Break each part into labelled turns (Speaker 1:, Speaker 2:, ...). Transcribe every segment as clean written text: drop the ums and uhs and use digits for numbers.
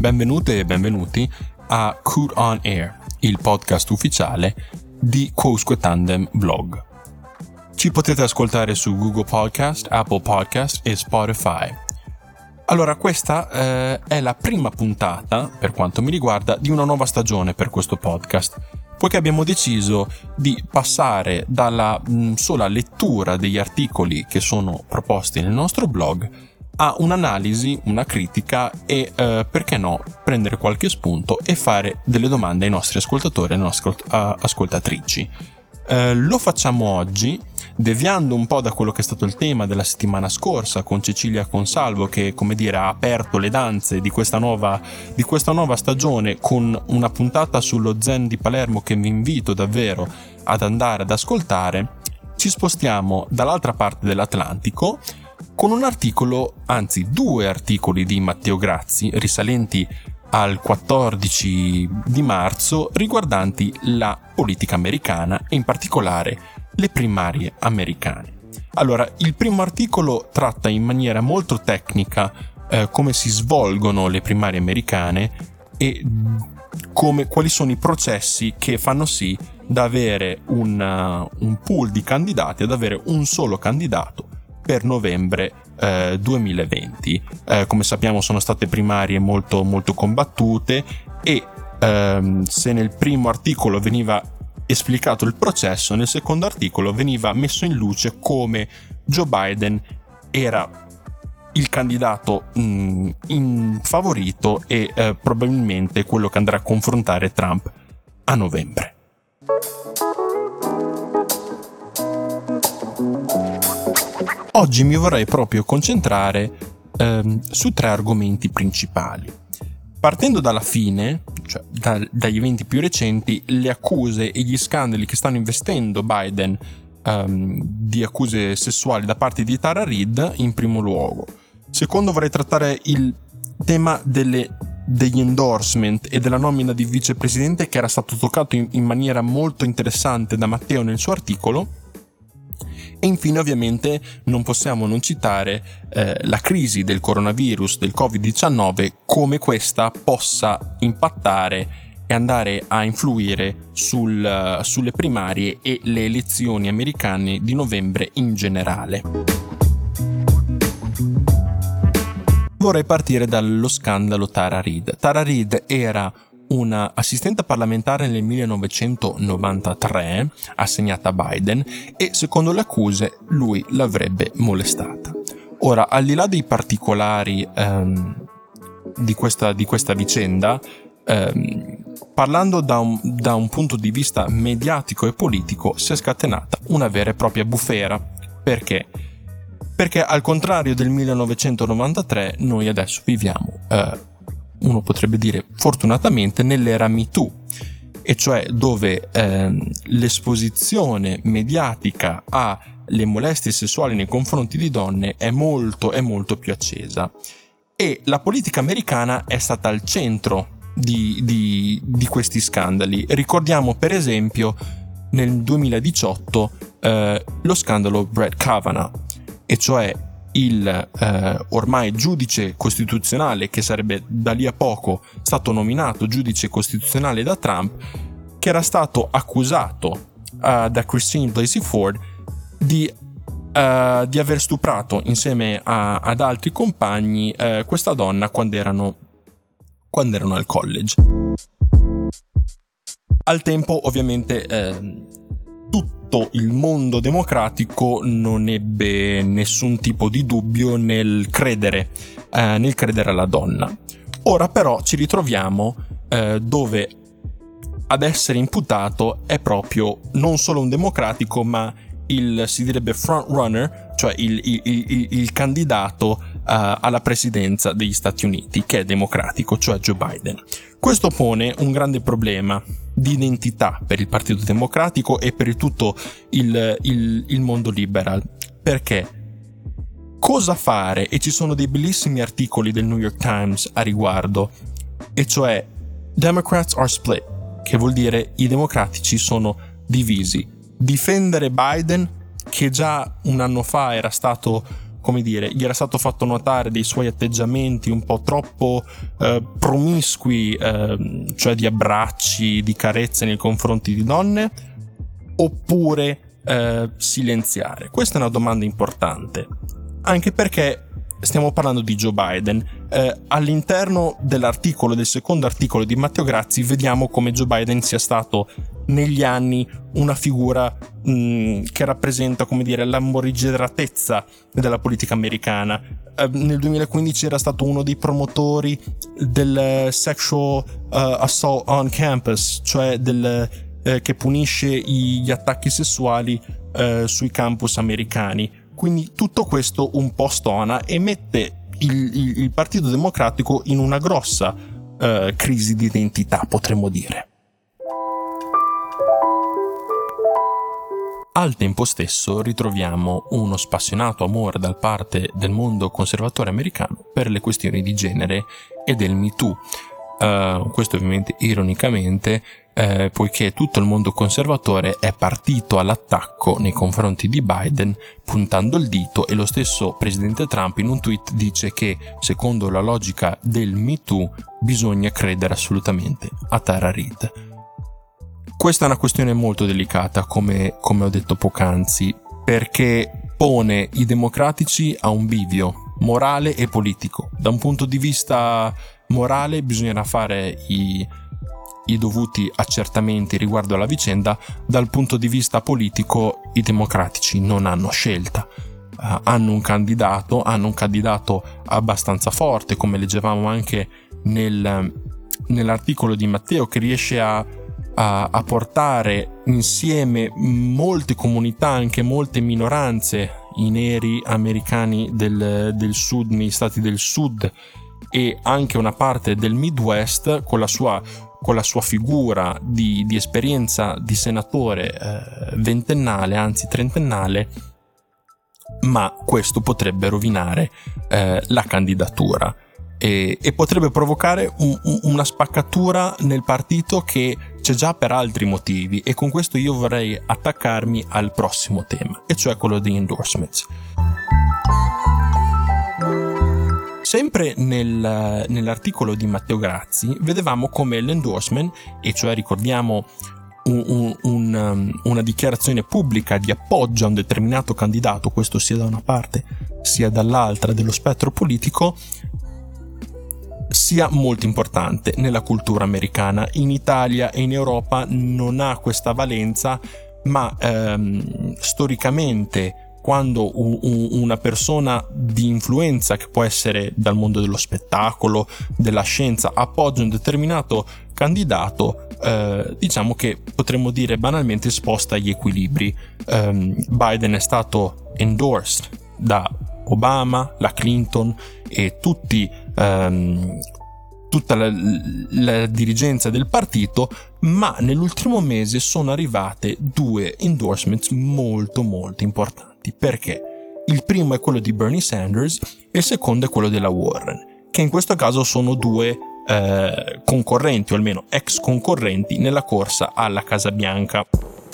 Speaker 1: Benvenute e benvenuti a Coot on Air, il podcast ufficiale di Quousque Tandem Blog. Ci potete ascoltare su Google Podcast, Apple Podcast e Spotify. Allora, questa è la prima puntata, per quanto mi riguarda, di una nuova stagione per questo podcast, poiché abbiamo deciso di passare dalla sola lettura degli articoli che sono proposti nel nostro blog a un'analisi, una critica e, perché no, prendere qualche spunto e fare delle domande ai nostri ascoltatori e alle nostre ascoltatrici. Lo facciamo oggi, deviando un po' da quello che è stato il tema della settimana scorsa con Cecilia Consalvo, che, come dire, ha aperto le danze di questa nuova stagione con una puntata sullo Zen di Palermo che vi invito davvero ad andare ad ascoltare. Ci spostiamo dall'altra parte dell'Atlantico con un articolo, anzi 2 articoli di Matteo Grazzi risalenti al 14 di marzo riguardanti la politica americana e in particolare le primarie americane. Allora, il primo articolo tratta in maniera molto tecnica come si svolgono le primarie americane e quali sono i processi che fanno sì da avere un pool di candidati, ad avere un solo candidato per novembre 2020. Come sappiamo sono state primarie molto molto combattute e se nel primo articolo veniva esplicato il processo, nel secondo articolo veniva messo in luce come Joe Biden era il candidato favorito e probabilmente quello che andrà a confrontare Trump a novembre. Oggi mi vorrei proprio concentrare su 3 argomenti principali. Partendo dalla fine, cioè dagli eventi più recenti, le accuse e gli scandali che stanno investendo Biden di accuse sessuali da parte di Tara Reade in primo luogo. Secondo, vorrei trattare il tema degli endorsement e della nomina di vicepresidente, che era stato toccato in maniera molto interessante da Matteo nel suo articolo. E infine, ovviamente, non possiamo non citare la crisi del coronavirus, del Covid-19, come questa possa impattare e andare a influire sulle primarie e le elezioni americane di novembre in generale. Vorrei partire dallo scandalo Tara Reade. Tara Reade era una assistente parlamentare nel 1993 assegnata a Biden e secondo le accuse lui l'avrebbe molestata. Ora, al di là dei particolari di questa vicenda, parlando da un punto di vista mediatico e politico, si è scatenata una vera e propria bufera. Perché? Perché al contrario del 1993 noi adesso viviamo uno potrebbe dire fortunatamente nell'era Me Too, e cioè dove l'esposizione mediatica alle molestie sessuali nei confronti di donne è molto più accesa e la politica americana è stata al centro di questi scandali. Ricordiamo per esempio nel 2018 lo scandalo Brett Kavanaugh, e cioè il ormai giudice costituzionale che sarebbe da lì a poco stato nominato giudice costituzionale da Trump, che era stato accusato da Christine Blasey Ford di aver stuprato insieme ad altri compagni questa donna quando erano al college. Al tempo, ovviamente, tutto il mondo democratico non ebbe nessun tipo di dubbio nel credere alla donna. Ora però ci ritroviamo dove ad essere imputato è proprio non solo un democratico, ma si direbbe front runner, cioè il candidato alla presidenza degli Stati Uniti, che è democratico, cioè Joe Biden. Questo pone un grande problema di identità per il Partito Democratico e per tutto il mondo liberal. Perché? Cosa fare? E ci sono dei bellissimi articoli del New York Times a riguardo, e cioè Democrats are split, che vuol dire i democratici sono divisi. Difendere Biden, che già un anno fa era stato come dire, gli era stato fatto notare dei suoi atteggiamenti un po' troppo promiscui, cioè di abbracci, di carezze nei confronti di donne, oppure silenziare? Questa è una domanda importante, anche perché stiamo parlando di Joe Biden. All'interno dell'articolo, del secondo articolo di Matteo Grazzi, vediamo come Joe Biden sia stato negli anni una figura che rappresenta, come dire, la morigeratezza della politica americana. Nel 2015 era stato uno dei promotori del sexual assault on campus, cioè che punisce gli attacchi sessuali sui campus americani. Quindi tutto questo un po' stona e mette il Partito Democratico in una grossa crisi di identità, potremmo dire. Al tempo stesso ritroviamo uno spassionato amore da parte del mondo conservatore americano per le questioni di genere e del Me Too. Questo ovviamente ironicamente, poiché tutto il mondo conservatore è partito all'attacco nei confronti di Biden puntando il dito, e lo stesso presidente Trump in un tweet dice che secondo la logica del Me Too bisogna credere assolutamente a Tara Reade. Questa è una questione molto delicata, come ho detto poc'anzi, perché pone i democratici a un bivio morale e politico. Da un punto di vista morale bisognerà fare i dovuti accertamenti riguardo alla vicenda. Dal punto di vista politico i democratici non hanno scelta. Hanno un candidato abbastanza forte, come leggevamo anche nell'articolo di Matteo, che riesce a portare insieme molte comunità, anche molte minoranze, i neri americani del sud, negli stati del sud, e anche una parte del Midwest, con la sua figura di esperienza di senatore ventennale, anzi trentennale, ma questo potrebbe rovinare la candidatura e potrebbe provocare una spaccatura nel partito che c'è già per altri motivi, e con questo io vorrei attaccarmi al prossimo tema, e cioè quello degli endorsements. Sempre nell'articolo di Matteo Grazzi vedevamo come l'endorsement, e cioè ricordiamo una dichiarazione pubblica di appoggio a un determinato candidato, questo sia da una parte sia dall'altra dello spettro politico, sia molto importante nella cultura americana. In Italia e in Europa non ha questa valenza, ma storicamente, quando una persona di influenza, che può essere dal mondo dello spettacolo, della scienza, appoggia un determinato candidato, diciamo che potremmo dire banalmente sposta gli equilibri. Biden è stato endorsed da Obama, la Clinton e tutta la dirigenza del partito, ma nell'ultimo mese sono arrivate due endorsements molto molto importanti. Perché? Il primo è quello di Bernie Sanders e il secondo è quello della Warren, che in questo caso sono due concorrenti, o almeno ex concorrenti, nella corsa alla Casa Bianca.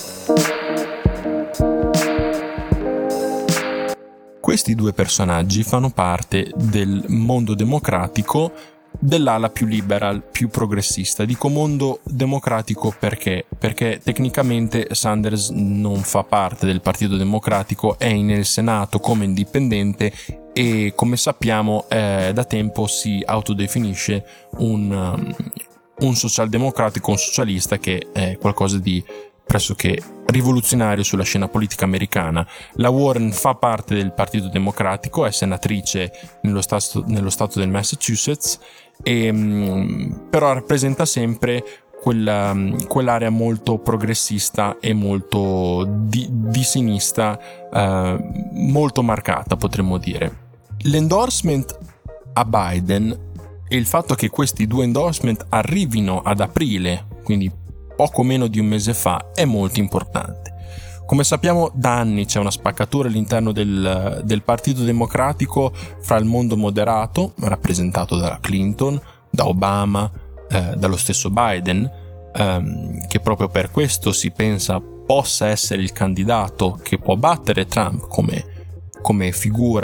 Speaker 1: Questi due personaggi fanno parte del mondo democratico, dell'ala più liberal, più progressista. Dico mondo democratico perché tecnicamente Sanders non fa parte del Partito Democratico, è nel Senato come indipendente e, come sappiamo, da tempo si autodefinisce un socialdemocratico, un socialista, che è qualcosa di pressoché rivoluzionario sulla scena politica americana. La Warren fa parte del Partito Democratico, è senatrice nello stato del Massachusetts, però rappresenta sempre quell'area molto progressista e molto di sinistra, molto marcata, potremmo dire. L'endorsement a Biden e il fatto che questi due endorsement arrivino ad aprile, quindi poco meno di un mese fa, è molto importante. Come sappiamo, da anni c'è una spaccatura all'interno del Partito Democratico fra il mondo moderato, rappresentato dalla Clinton, da Obama, dallo stesso Biden, che proprio per questo si pensa possa essere il candidato che può battere Trump come figura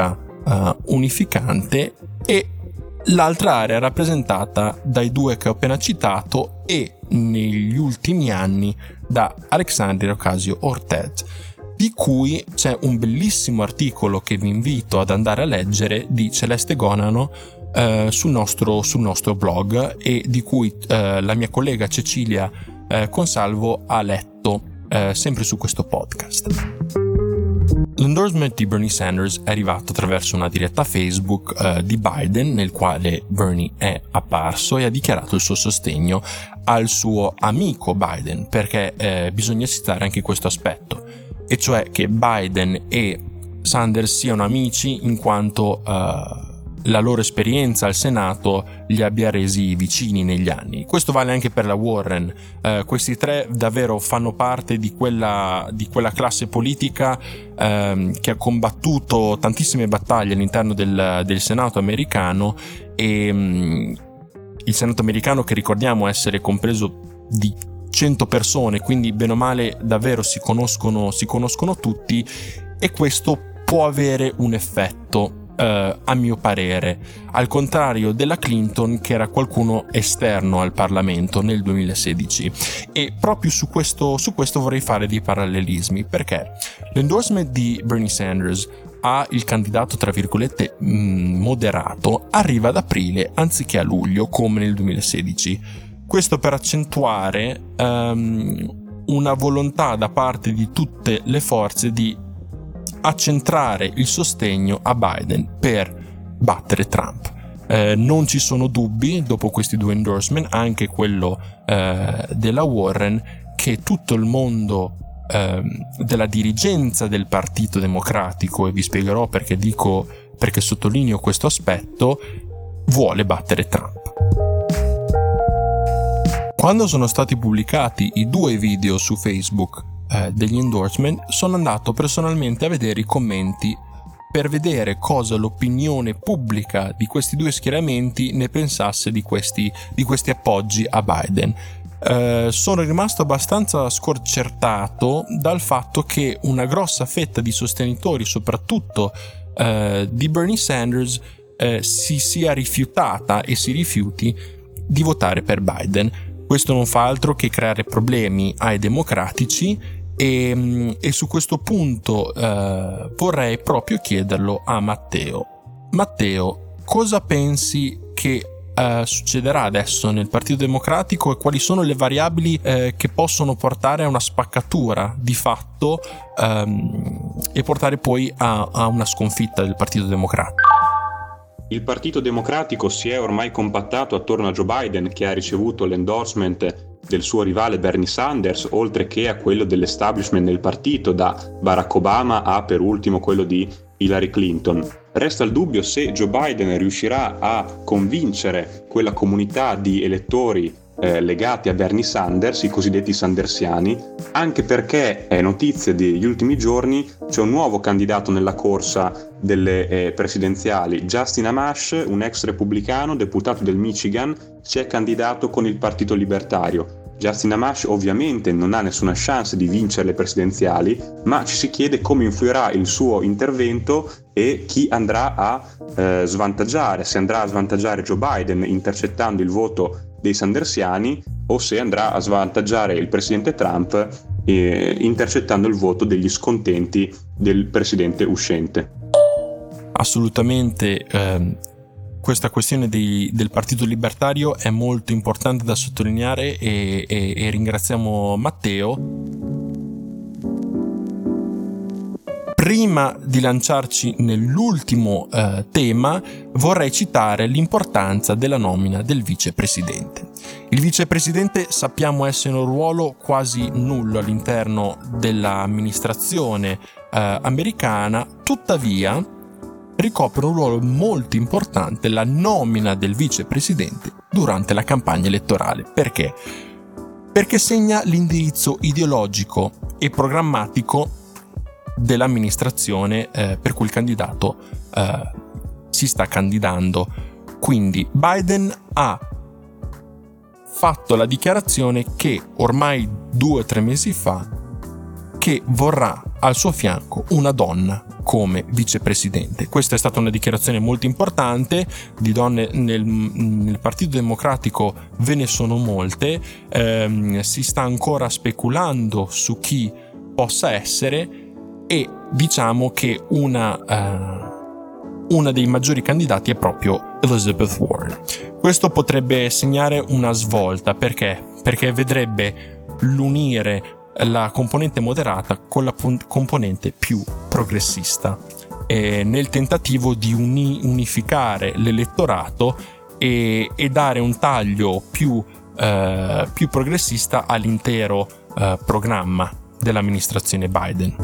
Speaker 1: unificante, e l'altra area rappresentata dai due che ho appena citato e negli ultimi anni da Alexandria Ocasio-Cortez, di cui c'è un bellissimo articolo che vi invito ad andare a leggere di Celeste Gonano sul nostro blog, e di cui la mia collega Cecilia Consalvo ha letto sempre su questo podcast. L'endorsement di Bernie Sanders è arrivato attraverso una diretta Facebook di Biden, nel quale Bernie è apparso e ha dichiarato il suo sostegno al suo amico Biden, perché bisogna citare anche questo aspetto, e cioè che Biden e Sanders siano amici in quanto la loro esperienza al Senato li abbia resi vicini negli anni. Questo vale anche per la Warren. Questi tre davvero fanno parte di quella classe politica che ha combattuto tantissime battaglie all'interno del Senato americano, e il Senato americano, che ricordiamo essere compreso di 100 persone, quindi bene o male davvero si conoscono tutti, e questo può avere un effetto a mio parere, al contrario della Clinton, che era qualcuno esterno al Parlamento nel 2016. E proprio su questo vorrei fare dei parallelismi, perché l'endorsement di Bernie Sanders a il candidato tra virgolette moderato arriva ad aprile anziché a luglio come nel 2016. Questo per accentuare una volontà da parte di tutte le forze di accentrare il sostegno a Biden per battere Trump. Non ci sono dubbi, dopo questi due endorsement, anche quello della Warren, che tutto il mondo della dirigenza del Partito Democratico, e vi spiegherò perché sottolineo questo aspetto, vuole battere Trump. Quando sono stati pubblicati i due video su Facebook degli endorsement, sono andato personalmente a vedere i commenti per vedere cosa l'opinione pubblica di questi due schieramenti ne pensasse di questi appoggi a Biden. Sono rimasto abbastanza sconcertato dal fatto che una grossa fetta di sostenitori, soprattutto di Bernie Sanders, si sia rifiutata e si rifiuti di votare per Biden. Questo non fa altro che creare problemi ai democratici, e su questo punto vorrei proprio chiederlo a Matteo. Matteo, cosa pensi che succederà adesso nel Partito Democratico, e quali sono le variabili che possono portare a una spaccatura di fatto e portare poi a una sconfitta del Partito Democratico?
Speaker 2: Il Partito Democratico si è ormai compattato attorno a Joe Biden, che ha ricevuto l'endorsement del suo rivale Bernie Sanders, oltre che a quello dell'establishment del partito, da Barack Obama a per ultimo quello di Hillary Clinton. Resta il dubbio se Joe Biden riuscirà a convincere quella comunità di elettori legati a Bernie Sanders, i cosiddetti sandersiani, anche perché è notizia degli ultimi giorni, c'è un nuovo candidato nella corsa delle presidenziali. Justin Amash, un ex repubblicano, deputato del Michigan, si è candidato con il Partito Libertario. Justin Amash ovviamente non ha nessuna chance di vincere le presidenziali, ma ci si chiede come influirà il suo intervento e chi andrà a svantaggiare, se andrà a svantaggiare Joe Biden intercettando il voto dei sandersiani, o se andrà a svantaggiare il presidente Trump intercettando il voto degli scontenti del presidente uscente.
Speaker 1: Assolutamente, questa questione del Partito Libertario è molto importante da sottolineare, e ringraziamo Matteo. Prima di lanciarci nell'ultimo tema, vorrei citare l'importanza della nomina del vicepresidente. Il vicepresidente sappiamo essere un ruolo quasi nullo all'interno dell'amministrazione americana, tuttavia ricopre un ruolo molto importante la nomina del vicepresidente durante la campagna elettorale. Perché? Perché segna l'indirizzo ideologico e programmatico dell'amministrazione per cui il candidato si sta candidando. Quindi Biden ha fatto la dichiarazione che ormai 2 o 3 mesi fa, che vorrà al suo fianco una donna come vicepresidente. Questa è stata una dichiarazione molto importante. Di donne nel Partito Democratico ve ne sono molte, si sta ancora speculando su chi possa essere, e diciamo che una dei maggiori candidati è proprio Elizabeth Warren. Questo potrebbe segnare una svolta, perché vedrebbe l'unire la componente moderata con la componente più progressista, nel tentativo di unificare l'elettorato e dare un taglio più progressista all'intero programma dell'amministrazione Biden.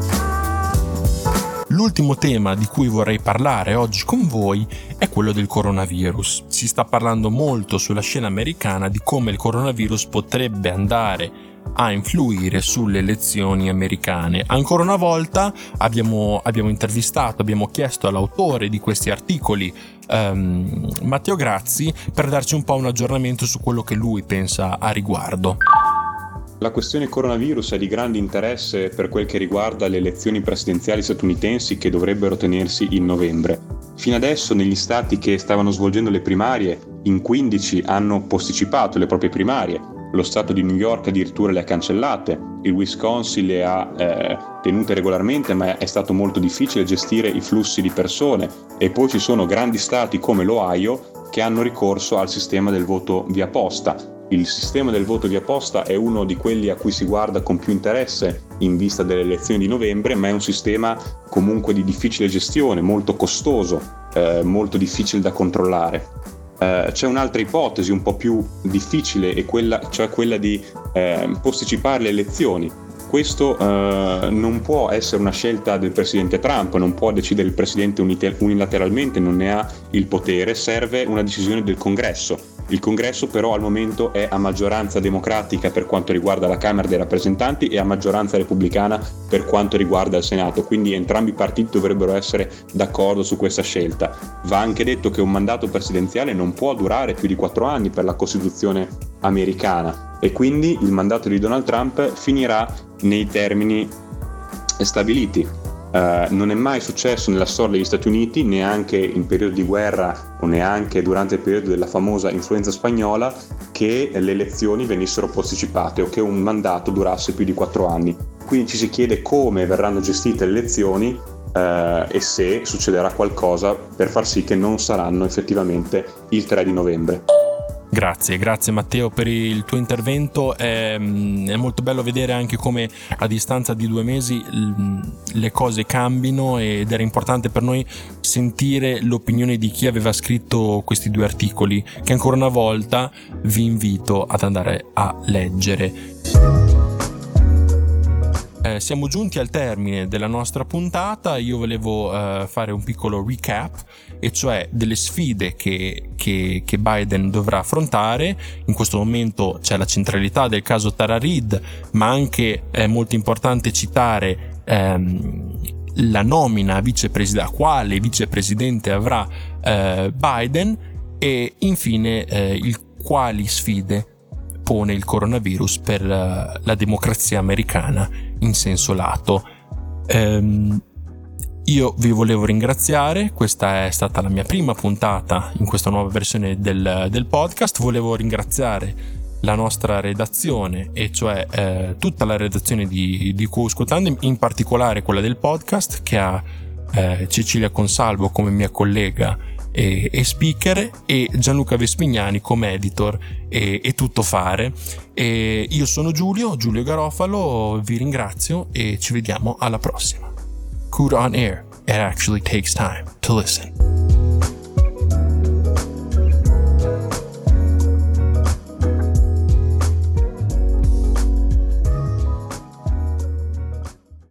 Speaker 1: L'ultimo tema di cui vorrei parlare oggi con voi è quello del coronavirus. Si sta parlando molto sulla scena americana di come il coronavirus potrebbe andare a influire sulle elezioni americane. Ancora una volta abbiamo intervistato, abbiamo chiesto all'autore di questi articoli, Matteo Grazzi, per darci un po' un aggiornamento su quello che lui pensa a riguardo.
Speaker 2: La questione coronavirus è di grande interesse per quel che riguarda le elezioni presidenziali statunitensi che dovrebbero tenersi in novembre. Fino adesso negli stati che stavano svolgendo le primarie, in 15 hanno posticipato le proprie primarie. Lo stato di New York addirittura le ha cancellate, il Wisconsin le ha tenute regolarmente, ma è stato molto difficile gestire i flussi di persone, e poi ci sono grandi stati come l'Ohio che hanno ricorso al sistema del voto via posta. Il sistema del voto via posta è uno di quelli a cui si guarda con più interesse in vista delle elezioni di novembre, ma è un sistema comunque di difficile gestione, molto costoso, molto difficile da controllare. C'è un'altra ipotesi un po' più difficile, cioè quella di posticipare le elezioni. Questo non può essere una scelta del presidente Trump, non può decidere il presidente unilateralmente, non ne ha il potere, serve una decisione del Congresso. Il Congresso però al momento è a maggioranza democratica per quanto riguarda la Camera dei rappresentanti e a maggioranza repubblicana per quanto riguarda il Senato, quindi entrambi i partiti dovrebbero essere d'accordo su questa scelta. Va anche detto che un mandato presidenziale non può durare più di 4 anni per la Costituzione americana, e quindi il mandato di Donald Trump finirà nei termini stabiliti. Non è mai successo nella storia degli Stati Uniti, neanche in periodo di guerra o neanche durante il periodo della famosa influenza spagnola, che le elezioni venissero posticipate o che un mandato durasse più di 4 anni. Quindi ci si chiede come verranno gestite le elezioni e se succederà qualcosa per far sì che non saranno effettivamente il 3 di novembre.
Speaker 1: Grazie Matteo per il tuo intervento. È molto bello vedere anche come a distanza di 2 mesi le cose cambino, ed era importante per noi sentire l'opinione di chi aveva scritto questi 2 articoli, che ancora una volta vi invito ad andare a leggere. Siamo giunti al termine della nostra puntata. Io volevo fare un piccolo recap, e cioè delle sfide che Biden dovrà affrontare. In questo momento c'è la centralità del caso Tara Reade, ma anche è molto importante citare la nomina a vicepresidente, quale vicepresidente avrà Biden, e infine quali sfide pone il coronavirus per la democrazia americana in senso lato. Io vi volevo ringraziare, questa è stata la mia prima puntata in questa nuova versione del podcast. Volevo ringraziare la nostra redazione, e cioè tutta la redazione di Quousque Tandem, in particolare quella del podcast, che ha Cecilia Consalvo come mia collega e speaker, e Gianluca Vespignani come editor e tuttofare. E io sono Giulio Garofalo, vi ringrazio e ci vediamo alla prossima. Coot on Air, it actually takes time to listen.